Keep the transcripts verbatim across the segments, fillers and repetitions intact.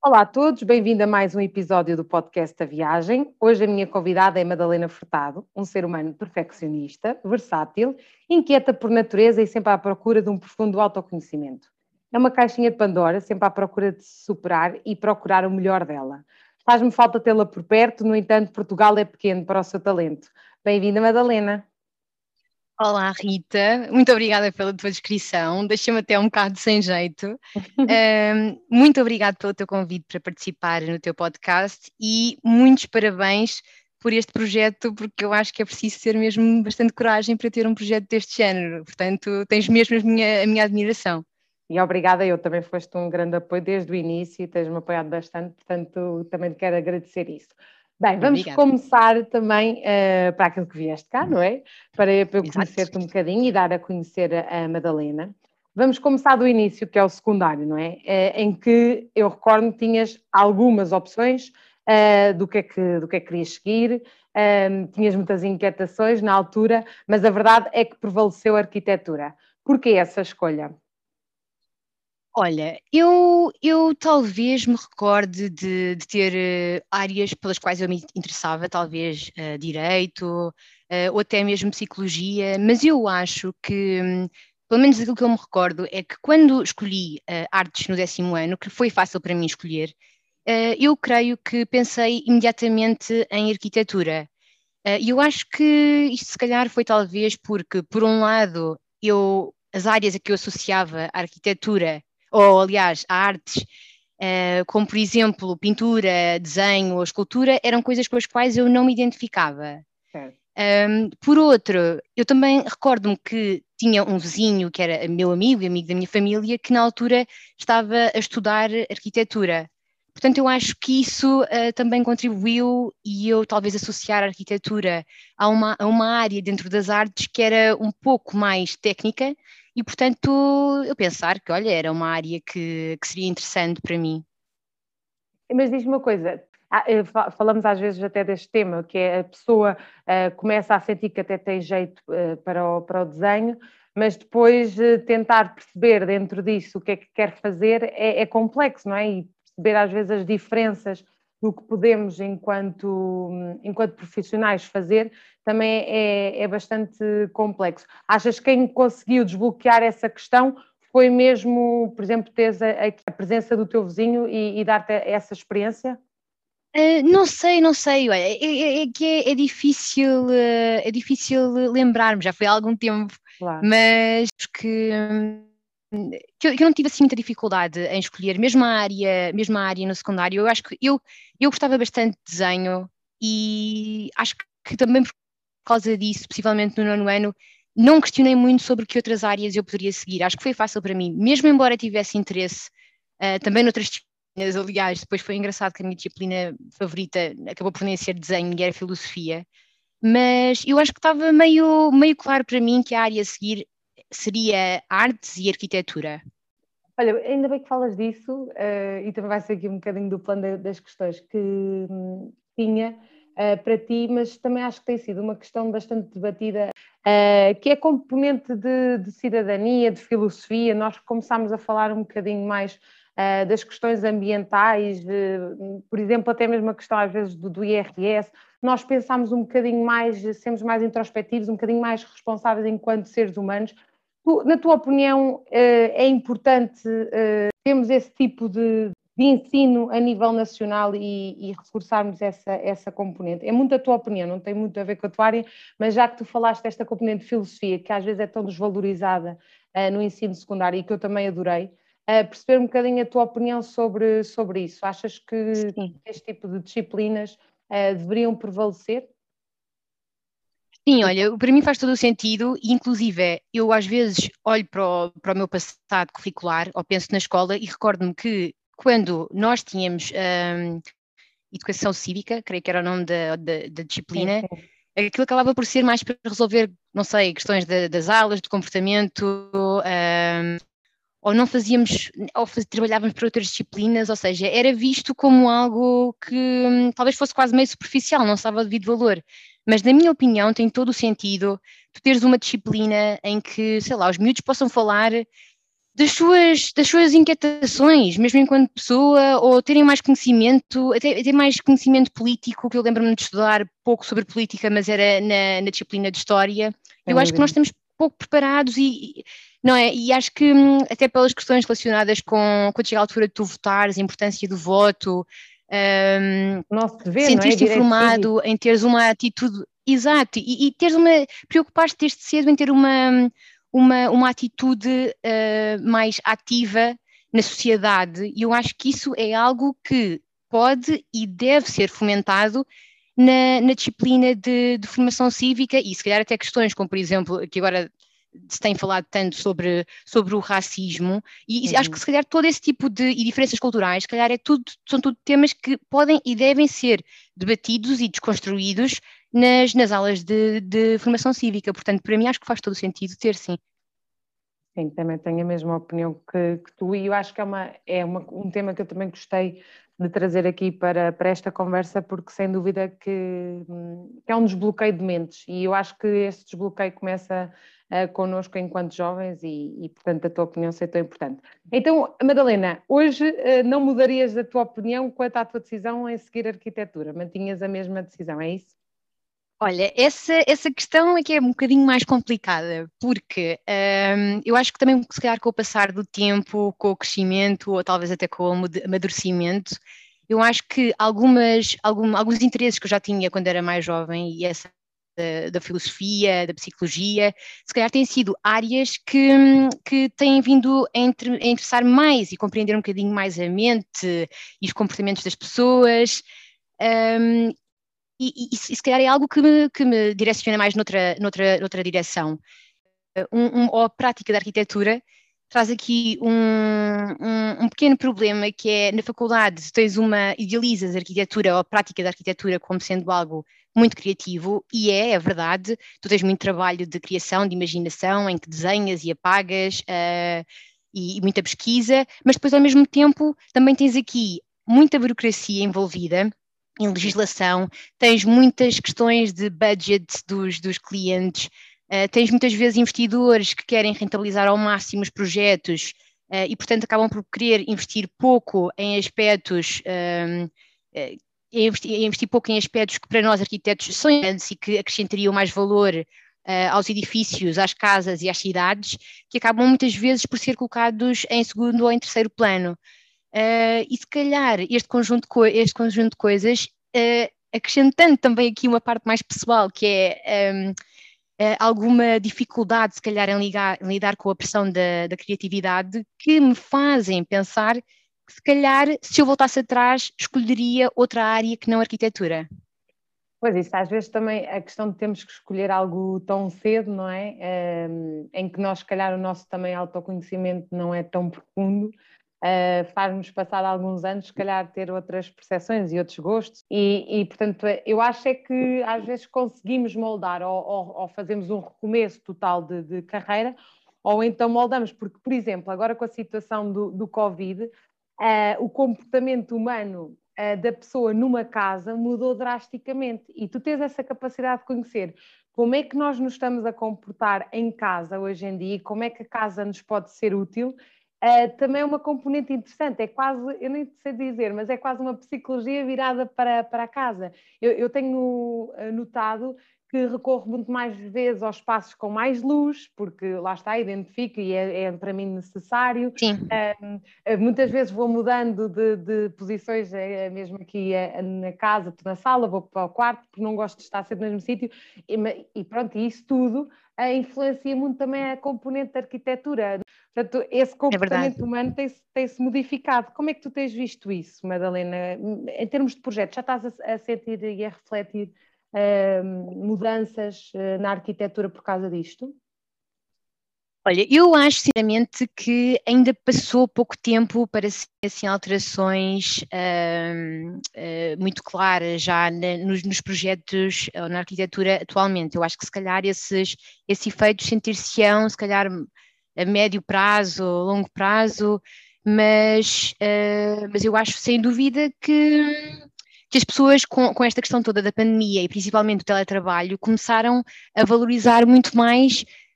Olá a todos, bem-vindo a mais um episódio do podcast A Viagem. Hoje a minha convidada é Madalena Furtado, um ser humano perfeccionista, versátil, inquieta por natureza e sempre à procura de um profundo autoconhecimento. É uma caixinha de Pandora, sempre à procura de se superar e procurar o melhor dela. Faz-me falta tê-la por perto, no entanto, Portugal é pequeno para o seu talento. Bem-vinda, Madalena. Olá, Rita, muito obrigada pela tua descrição, deixa-me até um bocado sem jeito. Um, muito obrigada pelo teu convite para participar no teu podcast e muitos parabéns por este projeto, porque eu acho que é preciso ter mesmo bastante coragem para ter um projeto deste género, portanto tens mesmo a minha, a minha admiração. E obrigada, eu também foste um grande apoio desde o início e tens-me apoiado bastante, portanto também te quero agradecer isso. Bem, vamos Obrigada. começar também uh, para aquilo que vieste cá, não é? Para, para eu conhecer-te um bocadinho e dar a conhecer a, a Madalena. Vamos começar do início, que é o secundário, não é? Uh, em que eu recordo que tinhas algumas opções uh, do, que é que, do que é que querias seguir, uh, tinhas muitas inquietações na altura, mas a verdade é que prevaleceu a arquitetura. Porquê essa escolha? Olha, eu, eu talvez me recorde de, de ter uh, áreas pelas quais eu me interessava, talvez uh, direito, uh, ou até mesmo psicologia, mas eu acho que, um, pelo menos aquilo que eu me recordo, é que quando escolhi uh, artes no décimo ano, que foi fácil para mim escolher, uh, eu creio que pensei imediatamente em arquitetura. E uh, eu acho que isto se calhar foi talvez porque, por um lado, eu, as áreas a que eu associava à arquitetura ou aliás, a artes, uh, como por exemplo pintura, desenho ou escultura, eram coisas com as quais eu não me identificava. Um, por outro, eu também recordo-me que tinha um vizinho que era meu amigo e amigo da minha família, que na altura estava a estudar arquitetura. Portanto, eu acho que isso uh, também contribuiu e eu talvez associar a arquitetura a uma, a uma área dentro das artes que era um pouco mais técnica e, portanto, eu pensar que, olha, era uma área que, que seria interessante para mim. Mas diz-me uma coisa, falamos às vezes até deste tema, que é a pessoa uh, começa a sentir que até tem jeito uh, para, o, para o desenho, mas depois uh, tentar perceber dentro disso o que é que quer fazer é, é complexo, não é? E perceber às vezes as diferenças do que podemos enquanto, enquanto profissionais fazer também é, é bastante complexo. Achas que quem conseguiu desbloquear essa questão foi mesmo, por exemplo, teres a, a presença do teu vizinho e, e dar-te essa experiência? Uh, não sei, não sei, olha, é, é, é que é, é difícil, uh, é difícil lembrar-me, já foi há algum tempo, claro. Mas que, que, eu, que eu não tive assim muita dificuldade em escolher, mesmo a área, mesmo a área no secundário, eu acho que eu, eu gostava bastante de desenho e acho que também por causa disso, possivelmente no nono ano, não questionei muito sobre que outras áreas eu poderia seguir, acho que foi fácil para mim, mesmo embora tivesse interesse uh, também noutras disciplinas, aliás, depois foi engraçado que a minha disciplina favorita acabou por nem ser desenho e era filosofia, mas eu acho que estava meio, meio claro para mim que a área a seguir seria artes e arquitetura. Olha, ainda bem que falas disso, uh, e também vai ser aqui um bocadinho do plano de, das questões que hum, tinha uh, para ti, mas também acho que tem sido uma questão bastante debatida, uh, que é a componente de, de cidadania, de filosofia. Nós começámos a falar um bocadinho mais uh, das questões ambientais, uh, por exemplo, até mesmo a questão às vezes do, do I R S. Nós pensámos um bocadinho mais, sermos mais introspectivos, um bocadinho mais responsáveis enquanto seres humanos. Tu, na tua opinião, é importante termos esse tipo de, de ensino a nível nacional e, e reforçarmos essa, essa componente? É muito a tua opinião, não tem muito a ver com a tua área, mas já que tu falaste desta componente de filosofia, que às vezes é tão desvalorizada uh, no ensino secundário e que eu também adorei, uh, perceber um bocadinho a tua opinião sobre, sobre isso. Achas que Sim. este tipo de disciplinas uh, deveriam prevalecer? Sim, olha, para mim faz todo o sentido, e inclusive eu às vezes olho para o, para o meu passado curricular, ou penso na escola, e recordo-me que quando nós tínhamos hum, educação cívica, creio que era o nome da, da, da disciplina, sim, sim. Aquilo acabava por ser mais para resolver, não sei, questões de, das aulas, de comportamento, hum, ou não fazíamos, ou faz, trabalhávamos para outras disciplinas, ou seja, era visto como algo que hum, talvez fosse quase meio superficial, não estava devido valor. Mas, na minha opinião, tem todo o sentido tu teres uma disciplina em que, sei lá, os miúdos possam falar das suas, das suas inquietações, mesmo enquanto pessoa, ou terem mais conhecimento, até ter mais conhecimento político, que eu lembro-me de estudar pouco sobre política, mas era na, na disciplina de História. Sem Eu acho que nós dúvida. estamos pouco preparados e, não é? E acho que hum, até pelas questões relacionadas com, quando chega a altura de tu votares, a importância do voto, um, O nosso dever, não é? sentir-te Direito cívico. informado em teres uma atitude, exato, e, e teres uma, preocupar-te desde cedo em ter uma, uma, uma atitude uh, mais ativa na sociedade, e eu acho que isso é algo que pode e deve ser fomentado na, na disciplina de, de formação cívica, e se calhar até questões como, por exemplo, que agora se tem falado tanto sobre, sobre o racismo, e, e acho que Uhum. se calhar todo esse tipo de e diferenças culturais, se calhar é tudo, são tudo temas que podem e devem ser debatidos e desconstruídos nas, nas aulas de, de formação cívica. Portanto, para mim acho que faz todo o sentido ter, sim. Sim, também tenho a mesma opinião que, que tu, e eu acho que é, uma, é uma, um tema que eu também gostei de trazer aqui para, para esta conversa, porque sem dúvida que, que é um desbloqueio de mentes, e eu acho que este desbloqueio começa uh, connosco enquanto jovens, e, e portanto a tua opinião ser tão importante. Então, Madalena, hoje uh, não mudarias a tua opinião quanto à tua decisão em seguir arquitetura, mantinhas a mesma decisão, é isso? Olha, essa, essa questão é que é um bocadinho mais complicada, porque hum, eu acho que também, se calhar, com o passar do tempo, com o crescimento, ou talvez até com o amadurecimento, eu acho que algumas, algum, alguns interesses que eu já tinha quando era mais jovem, e essa da, da filosofia, da psicologia, se calhar têm sido áreas que, que têm vindo a, inter, a interessar mais e compreender um bocadinho mais a mente e os comportamentos das pessoas. Um, e, e, e se calhar é algo que me, que me direciona mais noutra, noutra, noutra direção. Um, um, ou a prática da arquitetura traz aqui um, um, um, pequeno problema, que é na faculdade tens uma, idealizas a arquitetura ou a prática da arquitetura como sendo algo muito criativo, e é, é verdade, tu tens muito trabalho de criação, de imaginação, em que desenhas e apagas, uh, e, e muita pesquisa, mas depois ao mesmo tempo também tens aqui muita burocracia envolvida, em legislação, tens muitas questões de budget dos, dos clientes, uh, tens muitas vezes investidores que querem rentabilizar ao máximo os projetos, uh, e, portanto, acabam por querer investir pouco em aspectos, um, uh, investir, investir pouco em aspectos que para nós arquitetos são importantes e que acrescentariam mais valor uh, aos edifícios, às casas e às cidades, que acabam muitas vezes por ser colocados em segundo ou em terceiro plano. Uh, e se calhar este conjunto de, este conjunto de coisas, uh, acrescentando também aqui uma parte mais pessoal, que é um, uh, alguma dificuldade, se calhar, em, ligar, em lidar com a pressão da, da criatividade, que me fazem pensar que, se calhar, se eu voltasse atrás, escolheria outra área que não arquitetura. Pois isso, às vezes também a questão de termos que escolher algo tão cedo, não é? Um, em que nós, se calhar, o nosso também autoconhecimento não é tão profundo, uh, faz-nos passar alguns anos, se calhar, ter outras percepções e outros gostos, e, e portanto, eu acho é que às vezes conseguimos moldar ou, ou, ou fazemos um recomeço total de, de carreira, ou então moldamos, porque, por exemplo, agora com a situação do, do Covid, uh, o comportamento humano da pessoa numa casa mudou drasticamente, e tu tens essa capacidade de conhecer como é que nós nos estamos a comportar em casa hoje em dia e como é que a casa nos pode ser útil, uh, também é uma componente interessante, é quase, eu nem sei dizer, mas é quase uma psicologia virada para, para a casa. Eu, eu tenho notado que recorro muito mais vezes aos espaços com mais luz, porque lá está, identifico e é, é para mim necessário. Sim. Um, muitas vezes vou mudando de, de posições, é, mesmo aqui é, na casa, estou na sala, vou para o quarto, porque não gosto de estar sempre no mesmo sítio, e, e pronto, e isso tudo uh, influencia muito também a componente da arquitetura. Portanto, esse É verdade. comportamento humano tem-se tem-se modificado. Como é que tu tens visto isso, Madalena? Em termos de projetos, já estás a, a sentir e a refletir mudanças na arquitetura por causa disto? Olha, eu acho sinceramente que ainda passou pouco tempo para ser assim, alterações uh, uh, muito claras já na, nos, nos projetos ou na arquitetura atualmente. Eu acho que se calhar esses, esses efeitos sentir-se-ão, se calhar a médio prazo, longo prazo, mas, uh, mas eu acho sem dúvida que que as pessoas com, com esta questão toda da pandemia e principalmente o teletrabalho começaram a valorizar muito mais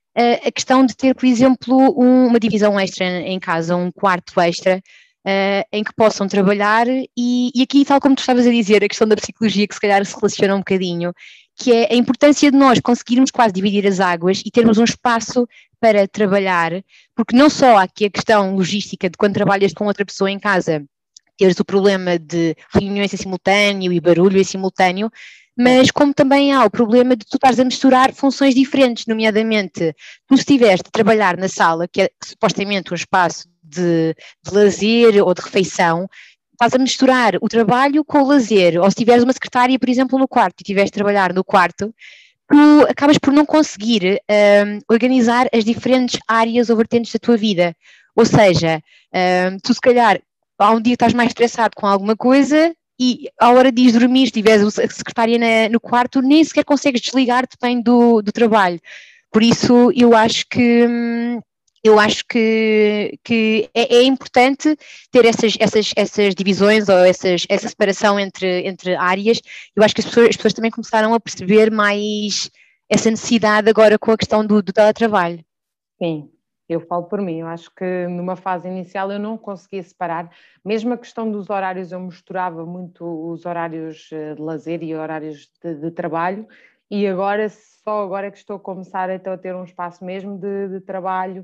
a questão de ter, por exemplo, um, uma divisão extra em casa, um quarto extra, uh, em que possam trabalhar e, e aqui, tal como tu estavas a dizer, a questão da psicologia que se calhar se relaciona um bocadinho, que é a importância de nós conseguirmos quase dividir as águas e termos um espaço para trabalhar, porque não só há aqui a questão logística de quando trabalhas com outra pessoa em casa, teres o problema de reuniões em simultâneo e barulho em simultâneo, mas como também há o problema de tu estares a misturar funções diferentes, nomeadamente, tu se estiveres a trabalhar na sala, que é supostamente um espaço de, de lazer ou de refeição, estás a misturar o trabalho com o lazer, ou se tiveres uma secretária, por exemplo, no quarto, e estiveres a trabalhar no quarto, tu acabas por não conseguir um, organizar as diferentes áreas ou vertentes da tua vida. Ou seja, um, tu se calhar, há um dia que estás mais estressado com alguma coisa e à hora de ir dormir, se tiveres a secretária na, no quarto, nem sequer consegues desligar-te bem do, do trabalho. Por isso, eu acho que... Hum, eu acho que, que é, é, importante ter essas, essas, essas divisões ou essas, essa separação entre, entre áreas. Eu acho que as pessoas, as pessoas também começaram a perceber mais essa necessidade agora com a questão do, do teletrabalho. Sim, eu falo por mim. Eu acho que numa fase inicial eu não conseguia separar. Mesmo a questão dos horários, eu misturava muito os horários de lazer e horários de, de trabalho. E agora, só agora é que estou a começar então, a ter um espaço mesmo de, de trabalho,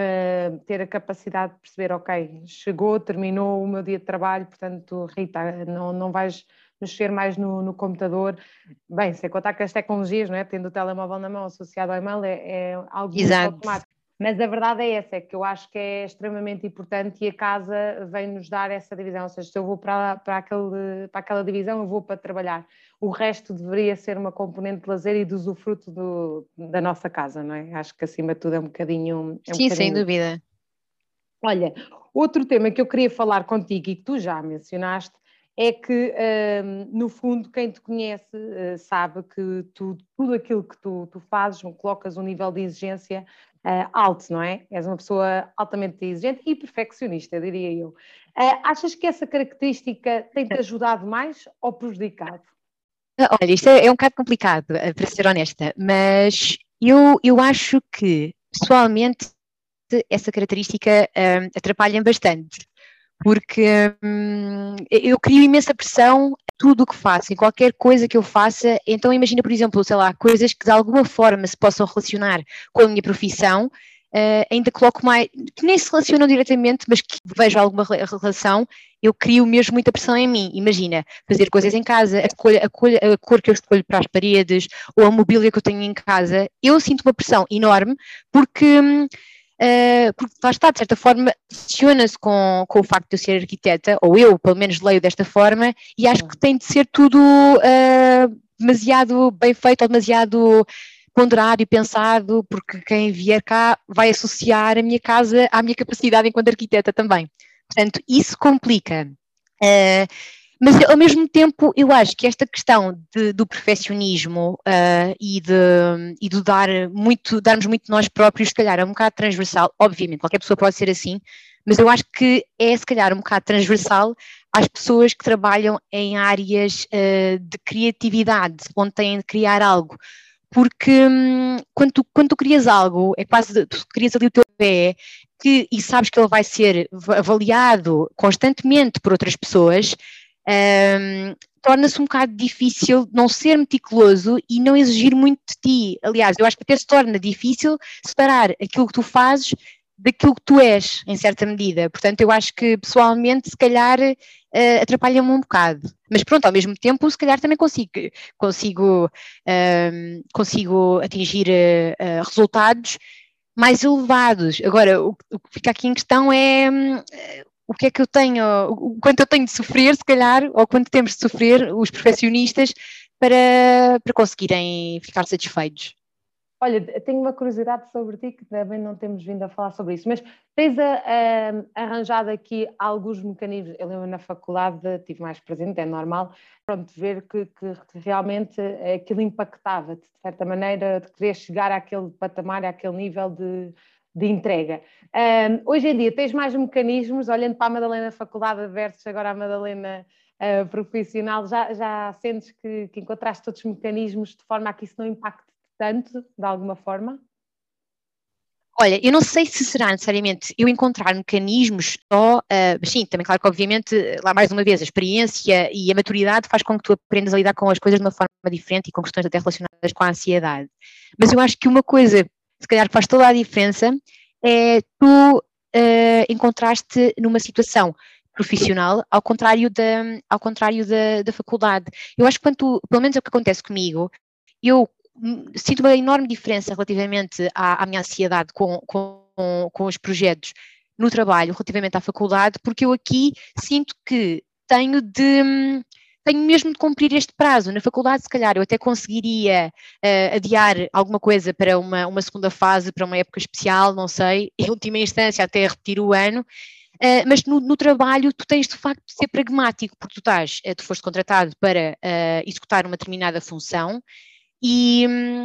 uh, ter a capacidade de perceber, ok, chegou, terminou o meu dia de trabalho, portanto, Rita, não, não vais mexer mais no, no computador. Bem, sem contar que as tecnologias, não é? Tendo o telemóvel na mão associado ao e-mail, é, é algo muito Exato. automático. Mas a verdade é essa, é que eu acho que é extremamente importante e a casa vem-nos dar essa divisão, ou seja, se eu vou para, para, aquele, para aquela divisão, eu vou para trabalhar. O resto deveria ser uma componente de lazer e de usufruto do, da nossa casa, não é? Acho que acima de tudo é um bocadinho... É um Sim, bocadinho sem isso. dúvida. Olha, outro tema que eu queria falar contigo e que tu já mencionaste é que, no fundo, quem te conhece sabe que tu, tudo aquilo que tu, tu fazes, colocas um nível de exigência alto, não é? És uma pessoa altamente exigente e perfeccionista, diria eu. Achas que essa característica tem-te ajudado mais ou prejudicado? Olha, isto é, é um bocado complicado, para ser honesta, mas eu, eu acho que, pessoalmente, essa característica um, atrapalha-me bastante, porque um, eu crio imensa pressão em tudo o que faço, em qualquer coisa que eu faça. Então imagina, por exemplo, sei lá, coisas que de alguma forma se possam relacionar com a minha profissão, Uh, ainda coloco mais, que nem se relacionam diretamente, mas que vejo alguma relação, eu crio mesmo muita pressão em mim. Imagina, fazer coisas em casa, a, escolha, a, cor, a cor que eu escolho para as paredes, ou a mobília que eu tenho em casa, eu sinto uma pressão enorme, porque, uh, porque lá está, de certa forma, funciona-se com, com o facto de eu ser arquiteta, ou eu, pelo menos, leio desta forma, e acho que tem de ser tudo uh, demasiado bem feito, ou demasiado ponderado e pensado, porque quem vier cá vai associar a minha casa à minha capacidade enquanto arquiteta também. Portanto, isso complica. Uh, mas ao mesmo tempo eu acho que esta questão de, do perfeccionismo uh, e, de, e de dar muito, darmos muito de nós próprios, se calhar é um bocado transversal, obviamente, qualquer pessoa pode ser assim, mas eu acho que é se calhar um bocado transversal às pessoas que trabalham em áreas uh, de criatividade, onde têm de criar algo. Porque hum, quando, tu, quando tu crias algo, é quase, tu crias ali o teu pé, que, e sabes que ele vai ser avaliado constantemente por outras pessoas, hum, torna-se um bocado difícil não ser meticuloso e não exigir muito de ti. Aliás, eu acho que até se torna difícil separar aquilo que tu fazes daquilo que tu és, em certa medida. Portanto, eu acho que, pessoalmente, se calhar, uh, atrapalha-me um bocado. Mas pronto, ao mesmo tempo, se calhar também consigo, consigo, uh, consigo atingir uh, uh, resultados mais elevados. Agora, o, o que fica aqui em questão é uh, o que é que eu tenho, o quanto eu tenho de sofrer, se calhar, ou quanto temos de sofrer os perfeccionistas para, para conseguirem ficar satisfeitos. Olha, tenho uma curiosidade sobre ti, que também não temos vindo a falar sobre isso, mas tens a, a, arranjado aqui alguns mecanismos. Eu lembro na faculdade, estive mais presente, é normal, pronto, ver que, que realmente aquilo impactava-te, de certa maneira, de querer chegar àquele patamar, àquele nível de, de entrega. Um, hoje em dia tens mais mecanismos, olhando para a Madalena faculdade versus agora a Madalena uh, profissional, já, já sentes que, que encontraste todos os mecanismos de forma a que isso não impacte tanto, de alguma forma? Olha, eu não sei se será necessariamente eu encontrar mecanismos só, uh, mas sim, também claro que obviamente, lá mais uma vez, a experiência e a maturidade faz com que tu aprendas a lidar com as coisas de uma forma diferente e com questões até relacionadas com a ansiedade. Mas eu acho que uma coisa, se calhar, que faz toda a diferença é tu uh, encontraste numa situação profissional, ao contrário da, ao contrário da, da faculdade. Eu acho que quando tu, pelo menos é o que acontece comigo, eu sinto uma enorme diferença relativamente à, à minha ansiedade com, com, com os projetos no trabalho, relativamente à faculdade, porque eu aqui sinto que tenho de... tenho mesmo de cumprir este prazo. Na faculdade, se calhar, eu até conseguiria uh, adiar alguma coisa para uma, uma segunda fase, para uma época especial, não sei, em última instância até repetir o ano. Uh, mas no, no trabalho tu tens de facto de ser pragmático, porque tu estás, uh, tu foste contratado para uh, executar uma determinada função e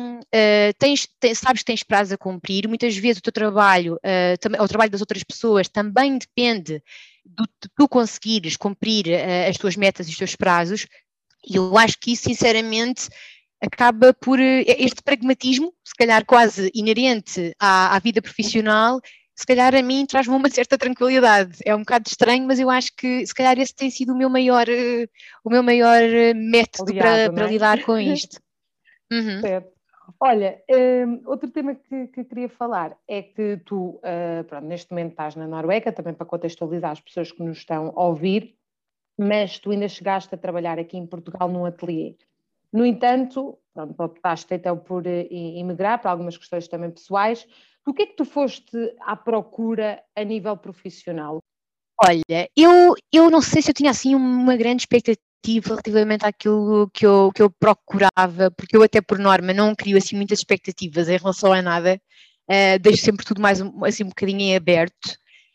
uh, tens, tens, sabes que tens prazo a cumprir. Muitas vezes o teu trabalho, uh, tam, o trabalho das outras pessoas também depende de tu conseguires cumprir uh, as tuas metas e os teus prazos, e eu acho que isso sinceramente acaba por, uh, este pragmatismo, se calhar quase inerente à, à vida profissional, se calhar a mim traz-me uma certa tranquilidade. É um bocado estranho, mas eu acho que se calhar esse tem sido o meu maior, uh, o meu maior método Aliado, para, para não é? lidar com isto. Uhum. Certo. Olha, um, outro tema que, que queria falar é que tu, uh, pronto, neste momento estás na Noruega, também para contextualizar as pessoas que nos estão a ouvir, mas tu ainda chegaste a trabalhar aqui em Portugal num ateliê. No entanto, pronto, optaste então por emigrar, por algumas questões também pessoais. Do que é que tu foste à procura a nível profissional? Olha, eu, eu não sei se eu tinha assim uma grande expectativa relativamente àquilo que eu, que eu procurava, porque eu até por norma não crio assim muitas expectativas em relação a nada, uh, deixo sempre tudo mais assim um bocadinho em aberto,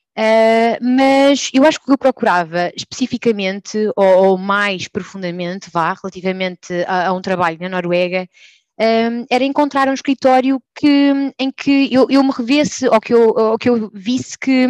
uh, mas eu acho que o que eu procurava especificamente ou, ou mais profundamente, vá, relativamente a, a um trabalho na Noruega, um, era encontrar um escritório que, em que eu, eu me revesse ou que eu, ou que eu visse que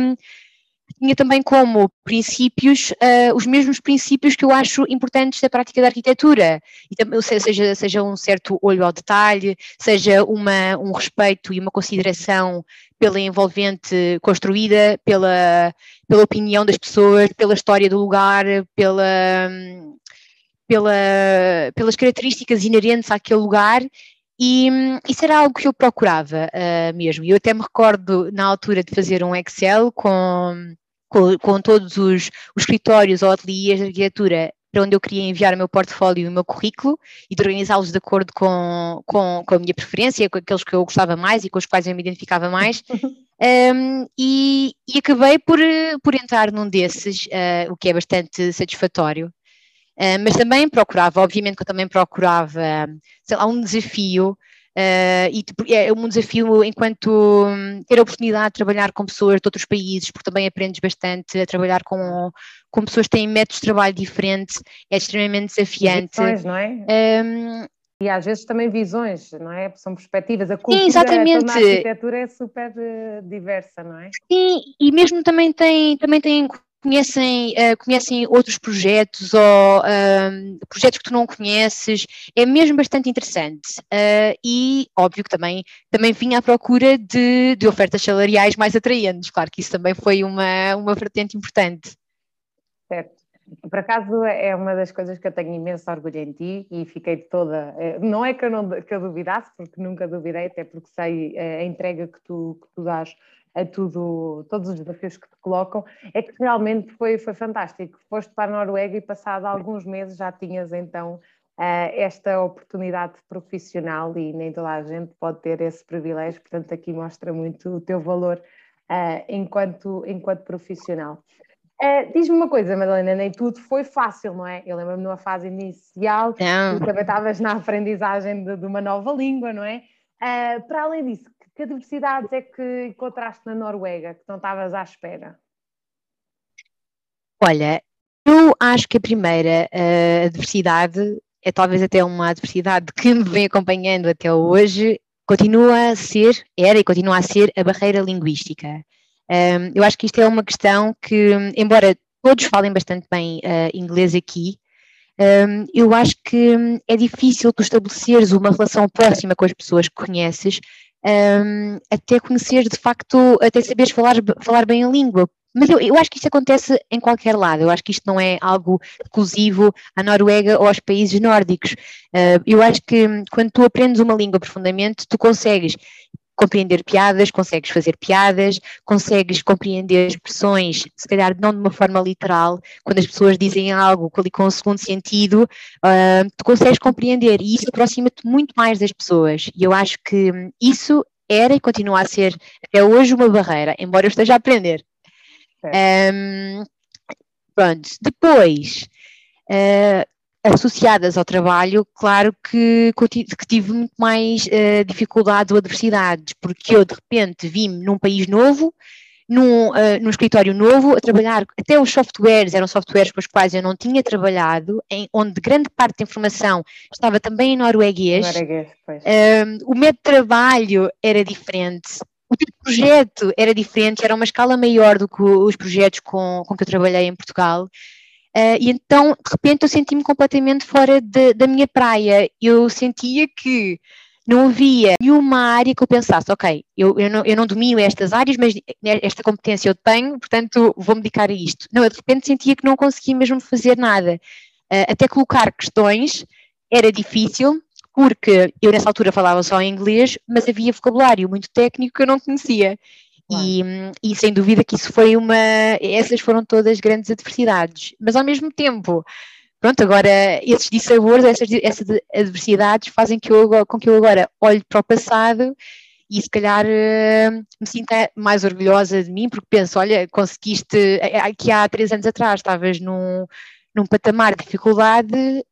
tinha também como princípios uh, os mesmos princípios que eu acho importantes da prática da arquitetura, e, seja, seja um certo olho ao detalhe, seja uma, um respeito e uma consideração pela envolvente construída, pela, pela opinião das pessoas, pela história do lugar, pela, pela, pelas características inerentes àquele lugar. E hum, isso era algo que eu procurava uh, mesmo. Eu até me recordo na altura de fazer um Excel com, com, com todos os, os escritórios ou ateliês de arquitetura para onde eu queria enviar o meu portfólio e o meu currículo e de organizá-los de acordo com, com, com a minha preferência, com aqueles que eu gostava mais e com os quais eu me identificava mais. Um, e, e acabei por, por entrar num desses, uh, o que é bastante satisfatório. Uh, mas também procurava, obviamente que eu também procurava, sei lá, um desafio, uh, e é um desafio enquanto um, ter a oportunidade de trabalhar com pessoas de outros países, porque também aprendes bastante a trabalhar com, com pessoas que têm métodos de trabalho diferentes, é extremamente desafiante. Visões, não é? Um, e às vezes também visões, não é? São perspectivas, a cultura, sim, exatamente. Toda a arquitetura é super uh, diversa, não é? Sim, e mesmo também tem, também tem conhecem, uh, conhecem outros projetos ou uh, projetos que tu não conheces, é mesmo bastante interessante. Uh, e óbvio que também, também vim à procura de, de ofertas salariais mais atraentes, claro que isso também foi uma, uma vertente importante. Certo. Por acaso é uma das coisas que eu tenho imenso orgulho em ti e fiquei toda, não é que eu, não, que eu duvidasse, porque nunca duvidei, até porque sei a entrega que tu, que tu dás a tudo, todos os desafios que te colocam, é que realmente foi, foi fantástico. Foste para a Noruega e passado alguns meses já tinhas então esta oportunidade profissional e nem toda a gente pode ter esse privilégio, portanto aqui mostra muito o teu valor enquanto, enquanto profissional. Uh, diz-me uma coisa, Madalena, nem tudo foi fácil, não é? Eu lembro-me numa fase inicial, não. Tu também estavas na aprendizagem de, de uma nova língua, não é? Uh, para além disso, que, que adversidades é que encontraste na Noruega que não estavas à espera? Olha, eu acho que a primeira uh, adversidade é talvez até uma adversidade que me vem acompanhando até hoje, continua a ser, era e continua a ser a barreira linguística. Um, eu acho que isto é uma questão que, embora todos falem bastante bem uh, inglês aqui, um, eu acho que é difícil tu estabeleceres uma relação próxima com as pessoas que conheces um, até conheceres de facto, até saberes falar, falar bem a língua. Mas eu, eu acho que isto acontece em qualquer lado, eu acho que isto não é algo exclusivo à Noruega ou aos países nórdicos. Uh, eu acho que quando tu aprendes uma língua profundamente, tu consegues compreender piadas, consegues fazer piadas, consegues compreender expressões, se calhar não de uma forma literal, quando as pessoas dizem algo ali com um segundo sentido, uh, tu consegues compreender e isso aproxima-te muito mais das pessoas. E eu acho que isso era e continua a ser até hoje uma barreira, embora eu esteja a aprender. Um, pronto, depois, uh, associadas ao trabalho, claro que, que tive muito mais uh, dificuldades ou adversidades, porque eu de repente vim-me num país novo, num, uh, num escritório novo, a trabalhar, até os softwares eram softwares com os quais eu não tinha trabalhado, em, onde grande parte da informação estava também em norueguês, norueguês pois. Um, o método de trabalho era diferente, o tipo de projeto era diferente, era uma escala maior do que os projetos com, com que eu trabalhei em Portugal. Uh, e então, de repente, eu senti-me completamente fora de, da minha praia. Eu sentia que não havia nenhuma área que eu pensasse, ok, eu, eu, não, eu não domino estas áreas, mas esta competência eu tenho, portanto, vou-me dedicar a isto. Não, eu de repente sentia que não conseguia mesmo fazer nada. Uh, até colocar questões era difícil, porque eu nessa altura falava só em inglês, mas havia vocabulário muito técnico que eu não conhecia. E, e sem dúvida que isso foi uma, essas foram todas grandes adversidades, mas ao mesmo tempo, pronto, agora esses dissabores, essas, essas adversidades fazem que eu, com que eu agora olhe para o passado e se calhar me sinta mais orgulhosa de mim, porque penso, olha, conseguiste, aqui há três anos atrás estavas num, num patamar de dificuldade,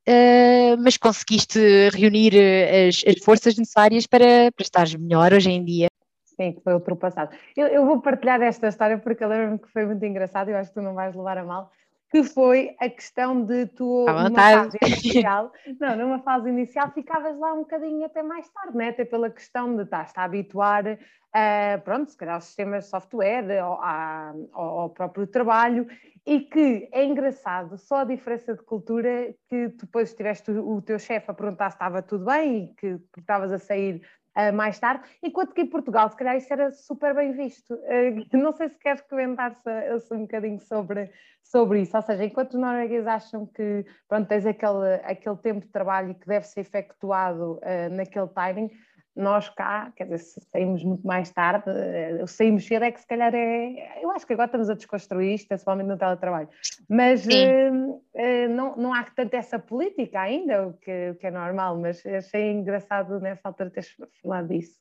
uh, mas conseguiste reunir as, as forças necessárias para, para estares melhor hoje em dia. Sim, que foi ultrapassado. Eu, eu vou partilhar esta história porque eu lembro-me que foi muito engraçado e eu acho que tu não vais levar a mal, que foi a questão de tu, numa fase inicial, não, numa fase inicial ficavas lá um bocadinho até mais tarde, né? Até pela questão de estás-te a habituar, uh, pronto, se calhar aos sistemas de software, ao, ao, ao próprio trabalho, e que é engraçado, só a diferença de cultura, que depois tiveste o, o teu chefe a perguntar se estava tudo bem e que estavas a sair Uh, mais tarde, enquanto que em Portugal, se calhar, isso era super bem visto. Uh, não sei se queres comentar-se um bocadinho sobre, sobre isso, ou seja, enquanto os noruegueses acham que, pronto, tens aquele, aquele tempo de trabalho que deve ser efetuado uh, naquele timing, nós cá, quer dizer, se saímos muito mais tarde, uh, saímos cedo é que se calhar é... Eu acho que agora estamos a desconstruir isto, principalmente no teletrabalho, mas uh, uh, não, não há tanto essa política ainda, o que, o que é normal, mas achei engraçado nessa altura teres falado disso.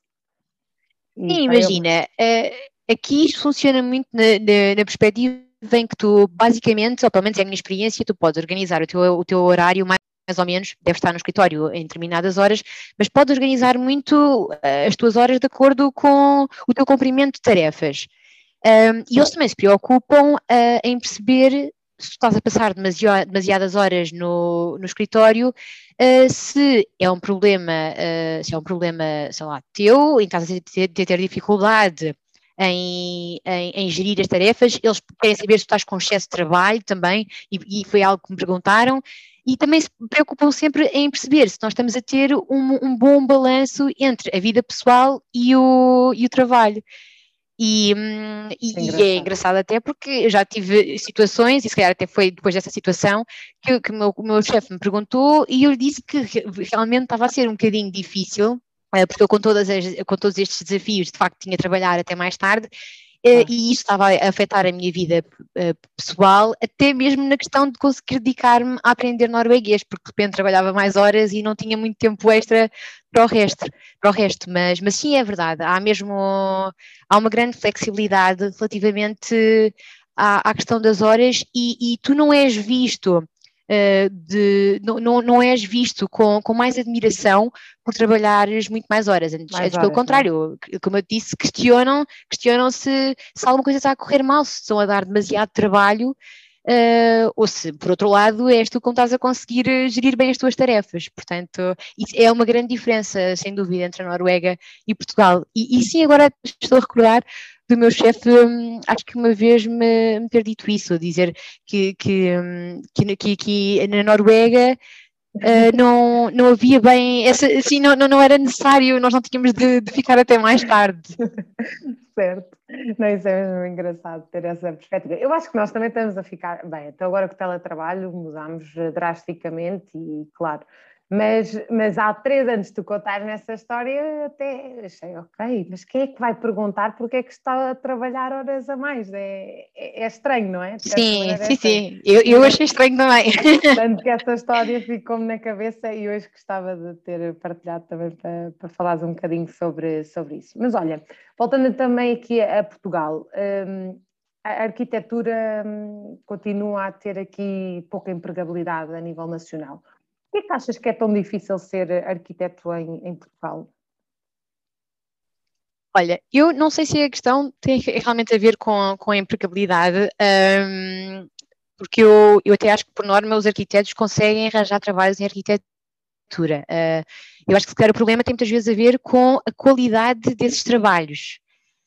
E sim, imagina, uh, aqui isto funciona muito na, na, na perspectiva em que tu, basicamente, ou pelo menos é a minha experiência, tu podes organizar o teu, o teu horário mais mais ou menos, deve estar no escritório em determinadas horas, mas podes organizar muito uh, as tuas horas de acordo com o teu cumprimento de tarefas. Um, e eles também se preocupam uh, em perceber se estás a passar demasiadas horas no, no escritório, uh, se é um problema, uh, se é um problema, sei lá, teu, em estás a ter, ter, ter dificuldade em, em, em gerir as tarefas, eles querem saber se estás com excesso de trabalho também, e, e foi algo que me perguntaram. E também se preocupam sempre em perceber se nós estamos a ter um, um bom balanço entre a vida pessoal e o, e o trabalho. E, e, é, e é engraçado até porque eu já tive situações, e se calhar até foi depois dessa situação, que, que o meu, meu chefe me perguntou e eu lhe disse que realmente estava a ser um bocadinho difícil, porque eu com, todas as, com todos estes desafios de facto tinha de trabalhar até mais tarde, ah. e isso estava a afetar a minha vida uh, pessoal, até mesmo na questão de conseguir dedicar-me a aprender norueguês, porque de repente trabalhava mais horas e não tinha muito tempo extra para o resto, para o resto. Mas, mas sim, é verdade, há mesmo há uma grande flexibilidade relativamente à, à questão das horas e, e tu não és visto Uh, de, não, não, não és visto com, com mais admiração por trabalhares muito mais horas. Antes, mais antes horas, pelo contrário, não? Como eu disse, questionam, questionam se, se alguma coisa está a correr mal, se estão a dar demasiado trabalho, uh, ou se, por outro lado, és tu que não estás a conseguir gerir bem as tuas tarefas. Portanto, isso é uma grande diferença, sem dúvida, entre a Noruega e Portugal. E, e sim, agora estou a recordar do meu chefe, hum, acho que uma vez me, me ter dito isso, dizer que, que, hum, que, que, que na Noruega uh, não, não havia bem, essa, assim, não, não, não era necessário, nós não tínhamos de, de ficar até mais tarde. Certo. Não, isso é mesmo engraçado ter essa perspectiva. Eu acho que nós também estamos a ficar, bem, até agora com o teletrabalho mudámos drasticamente e claro, mas, mas há três anos tu contares nessa história até achei, ok, mas quem é que vai perguntar porque é que está a trabalhar horas a mais? É, é, é estranho, não é? De certa Sim, maneira é sim, estranho. sim, eu, eu achei estranho também. Tanto que essa história ficou-me na cabeça e hoje gostava de ter partilhado também para, para falares um bocadinho sobre, sobre isso. Mas olha, voltando também aqui a, a Portugal, hum, a arquitetura hum, continua a ter aqui pouca empregabilidade a nível nacional. Por que é que achas que é tão difícil ser arquiteto em, em Portugal? Olha, eu não sei se a questão tem realmente a ver com, com a empregabilidade, um, porque eu, eu até acho que, por norma, os arquitetos conseguem arranjar trabalhos em arquitetura. Uh, eu acho que, se calhar, o problema tem muitas vezes a ver com a qualidade desses trabalhos.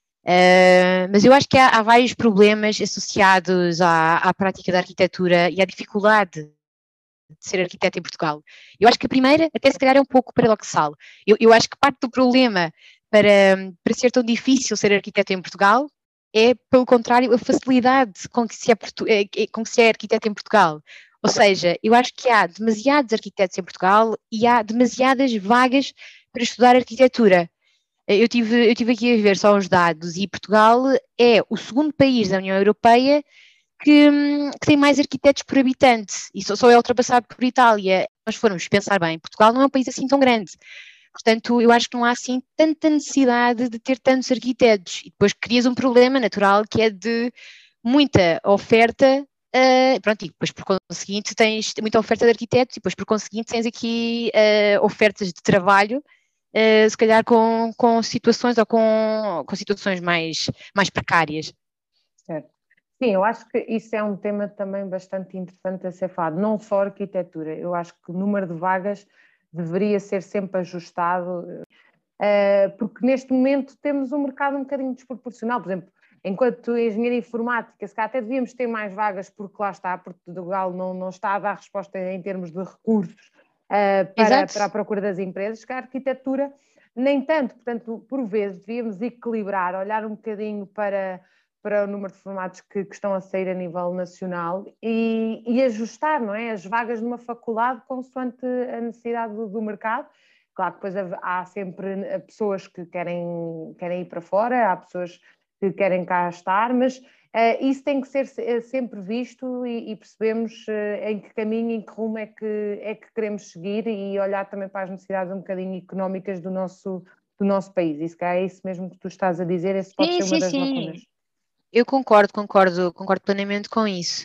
Uh, mas eu acho que há, há vários problemas associados à, à prática da arquitetura e à dificuldade de ser arquiteto em Portugal. Eu acho que a primeira, até se calhar, é um pouco paradoxal. Eu, eu acho que parte do problema para, para ser tão difícil ser arquiteto em Portugal é, pelo contrário, a facilidade com que se é, com que se é arquiteto em Portugal. Ou seja, eu acho que há demasiados arquitetos em Portugal e há demasiadas vagas para estudar arquitetura. Eu tive, eu tive aqui a ver só os dados e Portugal é o segundo país da União Europeia que, que tem mais arquitetos por habitante e só, só é ultrapassado por Itália. Nós formos pensar bem, Portugal não é um país assim tão grande. Portanto, eu acho que não há assim tanta necessidade de ter tantos arquitetos. E depois crias um problema natural que é de muita oferta. Uh, pronto, e depois por conseguinte tens muita oferta de arquitetos e depois por conseguinte tens aqui uh, ofertas de trabalho, uh, se calhar com, com situações ou com, com situações mais, mais precárias. Certo. Sim, eu acho que isso é um tema também bastante interessante a ser falado, não só arquitetura, eu acho que o número de vagas deveria ser sempre ajustado, porque neste momento temos um mercado um bocadinho desproporcional, por exemplo, enquanto engenharia informática, se calhar até devíamos ter mais vagas, porque lá está, Portugal não, não está a dar resposta em termos de recursos para, para a procura das empresas, que a arquitetura nem tanto, portanto, por vezes devíamos equilibrar, olhar um bocadinho para para o número de formatos que, que estão a sair a nível nacional e, e ajustar, não é, as vagas numa faculdade consoante a necessidade do, do mercado. Claro que depois há sempre pessoas que querem, querem ir para fora, há pessoas que querem cá estar, mas uh, isso tem que ser sempre visto e, e percebemos uh, em que caminho, em que rumo é que, é que queremos seguir e olhar também para as necessidades um bocadinho económicas do nosso, do nosso país. E se calhar é isso mesmo que tu estás a dizer, esse pode Sim, ser uma sim, das sim. lacunas. Eu concordo, concordo, concordo plenamente com isso.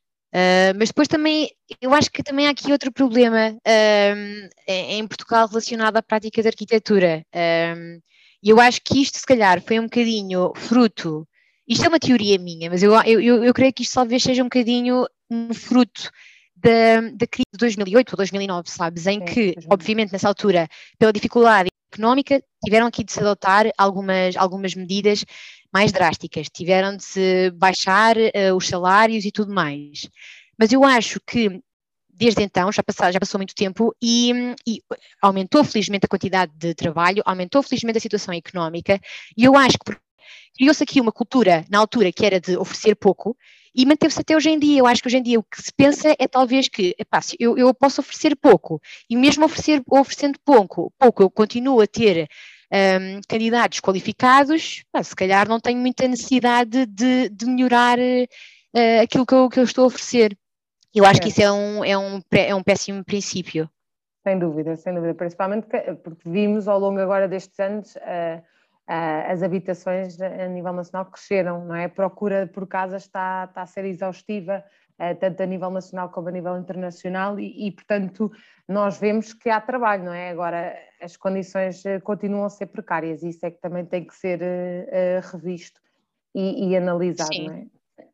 Uh, mas depois também, eu acho que também há aqui outro problema um, em Portugal relacionado à prática de arquitetura. Um, e eu acho que isto, se calhar, foi um bocadinho fruto. Isto é uma teoria minha, mas eu, eu, eu, eu creio que isto talvez seja um bocadinho um fruto da, da crise de dois mil e oito ou dois mil e nove, sabes? Em Sim, que, obviamente, nessa altura, pela dificuldade económica, tiveram aqui de se adotar algumas, algumas medidas mais drásticas, tiveram de se baixar uh, os salários e tudo mais. Mas eu acho que desde então, já, passou, já passou muito tempo e, e, aumentou felizmente a quantidade de trabalho, aumentou felizmente a situação económica e eu acho que criou-se aqui uma cultura na altura que era de oferecer pouco e manteve-se até hoje em dia. Eu acho que hoje em dia o que se pensa é talvez que epá, eu, eu posso oferecer pouco e mesmo oferecer, oferecendo pouco, pouco eu continuo a ter um, candidatos qualificados, pá, se calhar não tenho muita necessidade de, de melhorar uh, aquilo que eu, que eu estou a oferecer. Eu acho que isso é um, é um, é um péssimo princípio. Sem dúvida, sem dúvida, principalmente porque vimos ao longo agora destes anos uh, uh, as habitações a nível nacional cresceram, não é? A procura por casas está, está a ser exaustiva, uh, tanto a nível nacional como a nível internacional e, e, portanto, nós vemos que há trabalho, não é? Agora, as condições continuam a ser precárias e isso é que também tem que ser uh, revisto e, e analisado, Sim. não é?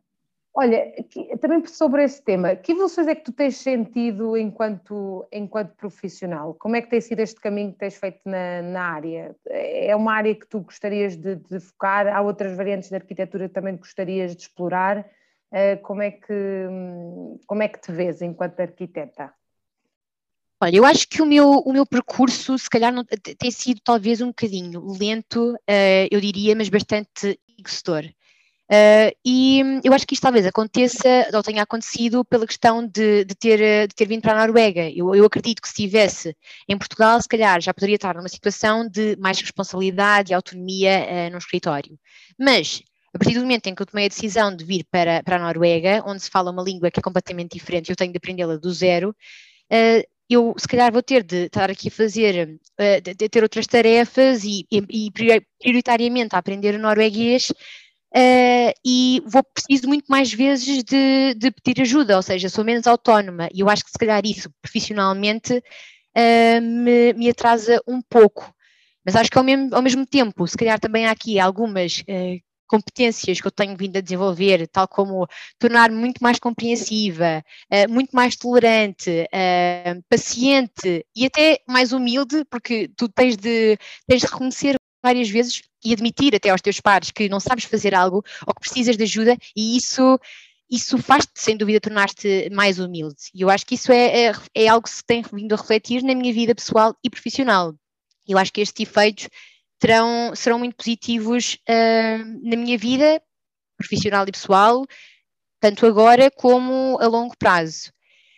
Olha, também sobre esse tema, que evoluções é que tu tens sentido enquanto, enquanto profissional? Como é que tem sido este caminho que tens feito na, na área? É uma área que tu gostarias de, de focar? Há outras variantes de arquitetura que também gostarias de explorar? Como é que, como é que te vês enquanto arquiteta? Olha, eu acho que o meu, o meu percurso, se calhar, não, tem sido talvez um bocadinho lento, uh, eu diria, mas bastante enriquecedor. Uh, e eu acho que isto talvez aconteça, ou tenha acontecido, pela questão de, de, ter, de ter vindo para a Noruega. Eu, eu acredito que se estivesse em Portugal, se calhar já poderia estar numa situação de mais responsabilidade e autonomia uh, no escritório. Mas, a partir do momento em que eu tomei a decisão de vir para, para a Noruega, onde se fala uma língua que é completamente diferente, eu tenho de aprendê-la do zero, uh, eu se calhar vou ter de estar aqui a fazer, uh, de, de ter outras tarefas e, e, e prioritariamente a aprender o norueguês. Uh, e vou preciso muito mais vezes de, de pedir ajuda, ou seja, sou menos autónoma, e eu acho que se calhar isso profissionalmente uh, me, me atrasa um pouco, mas acho que ao mesmo, ao mesmo tempo, se calhar também há aqui algumas uh, competências que eu tenho vindo a desenvolver, tal como tornar-me muito mais compreensiva, uh, muito mais tolerante, uh, paciente e até mais humilde, porque tu tens de, tens de reconhecer várias vezes e admitir até aos teus pares que não sabes fazer algo ou que precisas de ajuda, e isso, isso faz-te, sem dúvida, tornar-te mais humilde. E eu acho que isso é, é, é algo que se tem vindo a refletir na minha vida pessoal e profissional. Eu acho que estes efeitos terão, serão muito positivos uh, na minha vida profissional e pessoal, tanto agora como a longo prazo.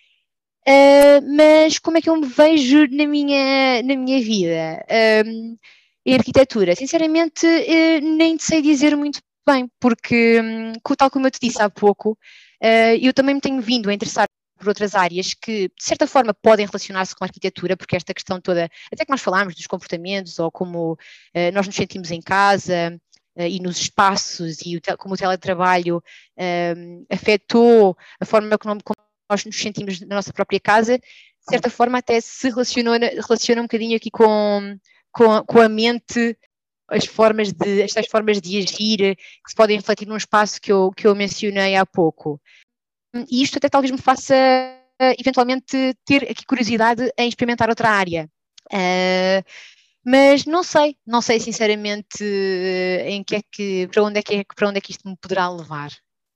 Uh, mas como é que eu me vejo na minha, na minha vida? Um, em arquitetura, sinceramente, uh, nem te sei dizer muito bem, porque, um, tal como eu te disse há pouco, uh, eu também me tenho vindo a interessar por outras áreas que, de certa forma, podem relacionar-se com a arquitetura, porque esta questão toda, até que nós falámos dos comportamentos, ou como uh, nós nos sentimos em casa, uh, e nos espaços, e o como o teletrabalho um, afetou a forma como nós nos sentimos na nossa própria casa, de certa forma até se relaciona, relaciona um bocadinho aqui com, com, a, com a mente, as formas de, estas formas de agir que se podem refletir num espaço que eu, que eu mencionei há pouco. E isto até talvez me faça eventualmente ter aqui curiosidade em experimentar outra área. Uh, mas não sei, não sei sinceramente em que é que, para onde é que, para onde é que isto me poderá levar.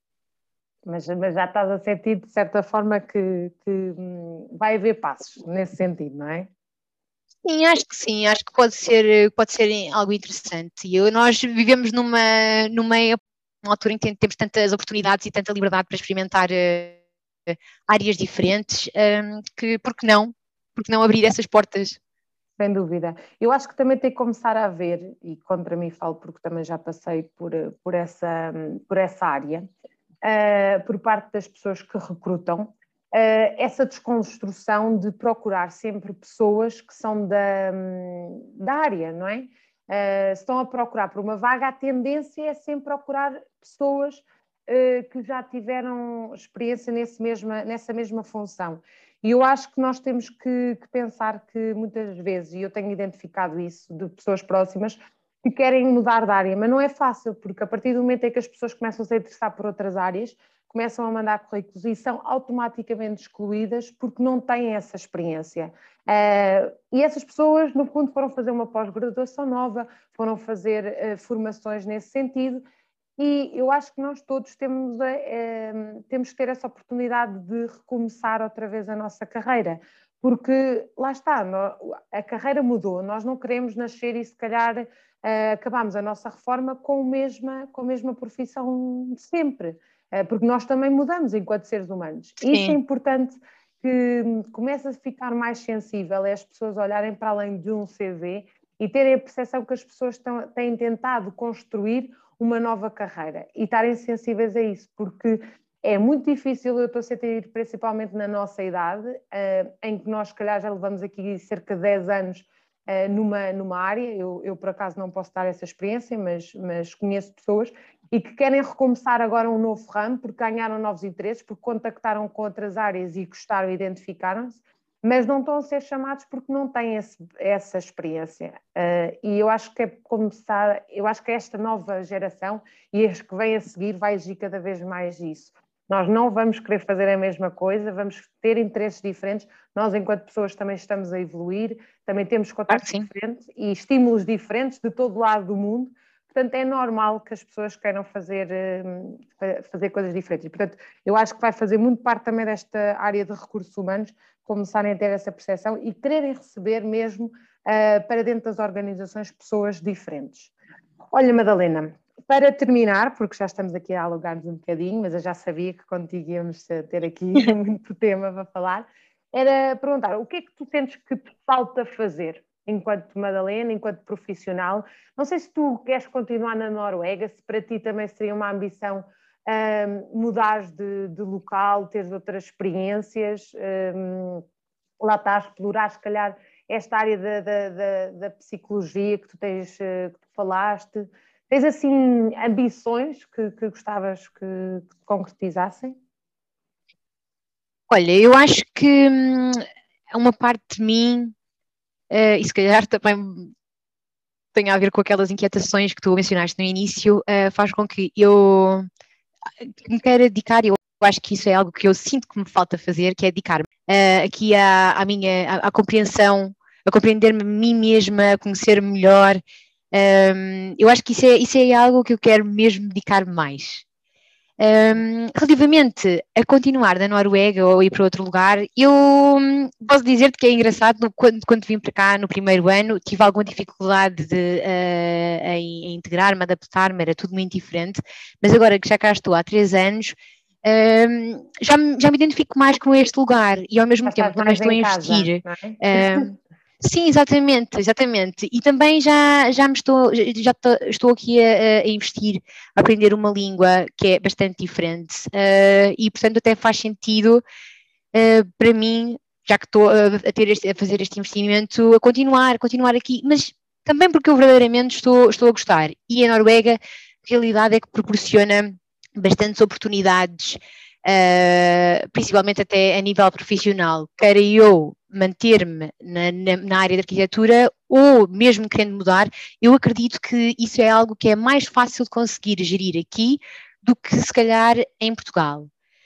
Mas, mas já estás a sentir, de certa forma, que, que hum, vai haver passos nesse sentido, não é? Sim, acho que sim, acho que pode ser, pode ser algo interessante. E eu, nós vivemos numa, numa uma altura em que temos tantas oportunidades e tanta liberdade para experimentar uh, áreas diferentes, um, que por que não? Por que não abrir essas portas? Sem dúvida. Eu acho que também tem que começar a haver, e contra mim falo porque também já passei por, por, essa, por essa área, uh, por parte das pessoas que recrutam, uh, essa desconstrução de procurar sempre pessoas que são da, da área, não é? Uh, se estão a procurar por uma vaga, a tendência é sempre procurar pessoas uh, que já tiveram experiência nesse mesma, nessa mesma função. E eu acho que nós temos que, que pensar que muitas vezes, e eu tenho identificado isso de pessoas próximas, que querem mudar de área, mas não é fácil, porque a partir do momento em que as pessoas começam a se interessar por outras áreas, começam a mandar currículos e são automaticamente excluídas porque não têm essa experiência. Uh, e essas pessoas, no fundo, foram fazer uma pós-graduação nova, foram fazer uh, formações nesse sentido, e eu acho que nós todos temos, a, eh, temos que ter essa oportunidade de recomeçar outra vez a nossa carreira, porque lá está, a carreira mudou, nós não queremos nascer e se calhar eh, acabamos a nossa reforma com a mesma, com a mesma profissão de sempre, eh, porque nós também mudamos enquanto seres humanos. Sim. Isso é importante que comece a ficar mais sensível, é as pessoas olharem para além de um C V e terem a percepção que as pessoas estão, têm tentado construir uma nova carreira e estarem sensíveis a isso, porque é muito difícil, eu estou a sentir, principalmente na nossa idade, uh, em que nós, se calhar, já levamos aqui cerca de dez anos uh, numa, numa área, eu, eu, por acaso, não posso dar essa experiência, mas, mas conheço pessoas, e que querem recomeçar agora um novo ramo, porque ganharam novos interesses, porque contactaram com outras áreas e gostaram e identificaram-se, mas não estão a ser chamados porque não têm esse, essa experiência. Uh, e eu acho que é começar, eu acho que esta nova geração e as que vêm a seguir vai exigir cada vez mais isso. Nós não vamos querer fazer a mesma coisa, vamos ter interesses diferentes. Nós, enquanto pessoas, também estamos a evoluir, também temos contactos Claro, diferentes e estímulos diferentes de todo lado do mundo. Portanto, é normal que as pessoas queiram fazer, fazer coisas diferentes. Portanto, eu acho que vai fazer muito parte também desta área de recursos humanos, começarem a ter essa percepção e quererem receber mesmo uh, para dentro das organizações pessoas diferentes. Olha, Madalena, para terminar, porque já estamos aqui a alugar-nos um bocadinho, mas eu já sabia que contigo íamos ter aqui muito tema para falar, era perguntar, o que é que tu sentes que te falta fazer enquanto Madalena, enquanto profissional? Não sei se tu queres continuar na Noruega, se para ti também seria uma ambição um, mudares de, de local, teres outras experiências, um, lá estás, explorar se calhar esta área da, da, da, da psicologia que tu tens, que tu falaste. Tens assim ambições que, que gostavas que, que te concretizassem? Olha, eu acho que hum, uma parte de mim, uh, e se calhar também tem a ver com aquelas inquietações que tu mencionaste no início, uh, faz com que eu me queira dedicar, eu acho que isso é algo que eu sinto que me falta fazer, que é dedicar-me uh, aqui à, à minha à, à compreensão, a compreender-me a mim mesma, a conhecer-me melhor. Um, eu acho que isso é, isso é algo que eu quero mesmo dedicar-me mais. Um, relativamente a continuar na Noruega ou ir para outro lugar, eu posso dizer-te que é engraçado, quando, quando vim para cá no primeiro ano, tive alguma dificuldade de, uh, em, em integrar-me, adaptar-me, era tudo muito diferente, mas agora que já cá estou há três anos, um, já, já me identifico mais com este lugar e ao mesmo Já tempo estás também mais estou a em casa, investir. não é? Um, Sim, exatamente, exatamente. E também já, já me estou, já estou, estou aqui a, a investir, a aprender uma língua que é bastante diferente. Uh, e, portanto, até faz sentido uh, para mim, já que estou a, a, ter este, a fazer este investimento, a continuar, continuar aqui, mas também porque eu verdadeiramente estou, estou a gostar. E a Noruega, a realidade é que proporciona bastantes oportunidades, uh, principalmente até a nível profissional. Queira eu manter-me na, na, na área da arquitetura ou mesmo querendo mudar, eu acredito que isso é algo que é mais fácil de conseguir gerir aqui do que se calhar em Portugal.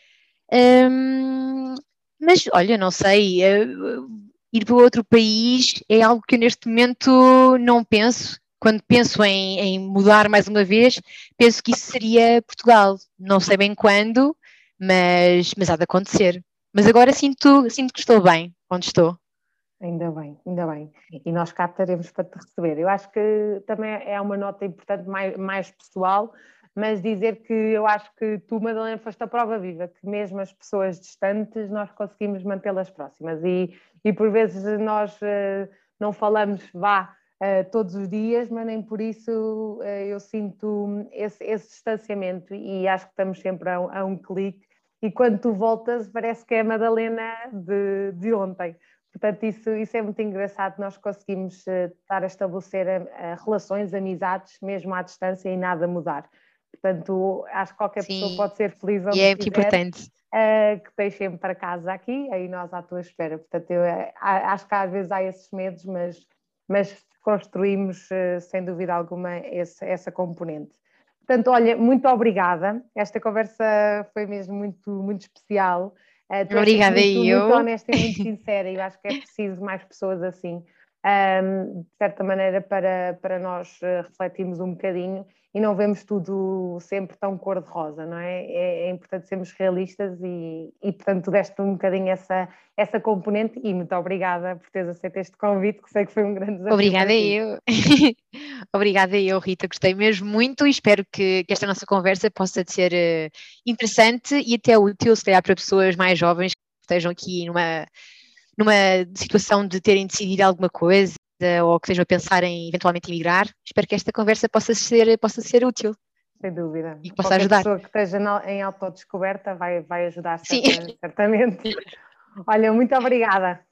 Um, mas olha, não sei, uh, ir para outro país é algo que eu neste momento não penso. Quando penso em, em mudar mais uma vez, penso que isso seria Portugal. Não sei bem quando, mas, mas há de acontecer. Mas agora sinto, sinto que estou bem onde estou. Ainda bem, ainda bem. E nós cá estaremos para te receber. Eu acho que também é uma nota importante, mais, mais pessoal, mas dizer que eu acho que tu, Madalena, foste a prova viva, que mesmo as pessoas distantes nós conseguimos mantê-las próximas. E, e por vezes nós uh, não falamos, vá, uh, todos os dias, mas nem por isso uh, eu sinto esse, esse distanciamento e acho que estamos sempre a, a um clique. E quando tu voltas, parece que é a Madalena de, de ontem. Portanto, isso, isso é muito engraçado, nós conseguimos uh, estar a estabelecer uh, relações, amizades, mesmo à distância e nada mudar. Portanto, acho que qualquer Sim, pessoa pode ser feliz e onde é muito quiser, importante. uh, que deixem-me para casa aqui, aí nós à tua espera. Portanto, eu uh, acho que às vezes há esses medos, mas, mas construímos, uh, sem dúvida alguma, esse, essa componente. Portanto, olha, muito obrigada. Esta conversa foi mesmo muito, muito especial. Uh, tu és Obrigada muito, muito eu. honesta e muito sincera, e eu acho que é preciso mais pessoas assim, um, de certa maneira, para, para nós uh, refletirmos um bocadinho e não vemos tudo sempre tão cor-de-rosa, não é? É, é importante sermos realistas e, e, portanto, tu deste um bocadinho essa, essa componente e muito obrigada por teres aceito este convite, que sei que foi um grande desafio Obrigada para ti. eu. Obrigada eu, Rita. Gostei mesmo muito e espero que, que esta nossa conversa possa ser uh, interessante e até útil, se calhar, para pessoas mais jovens que estejam aqui numa, numa situação de terem decidido alguma coisa ou que estejam a pensar em eventualmente emigrar. Espero que esta conversa possa ser, possa ser útil. Sem dúvida. E que possa Qualquer ajudar. pessoa que esteja em autodescoberta vai, vai ajudar Sim. certamente. Olha, muito obrigada.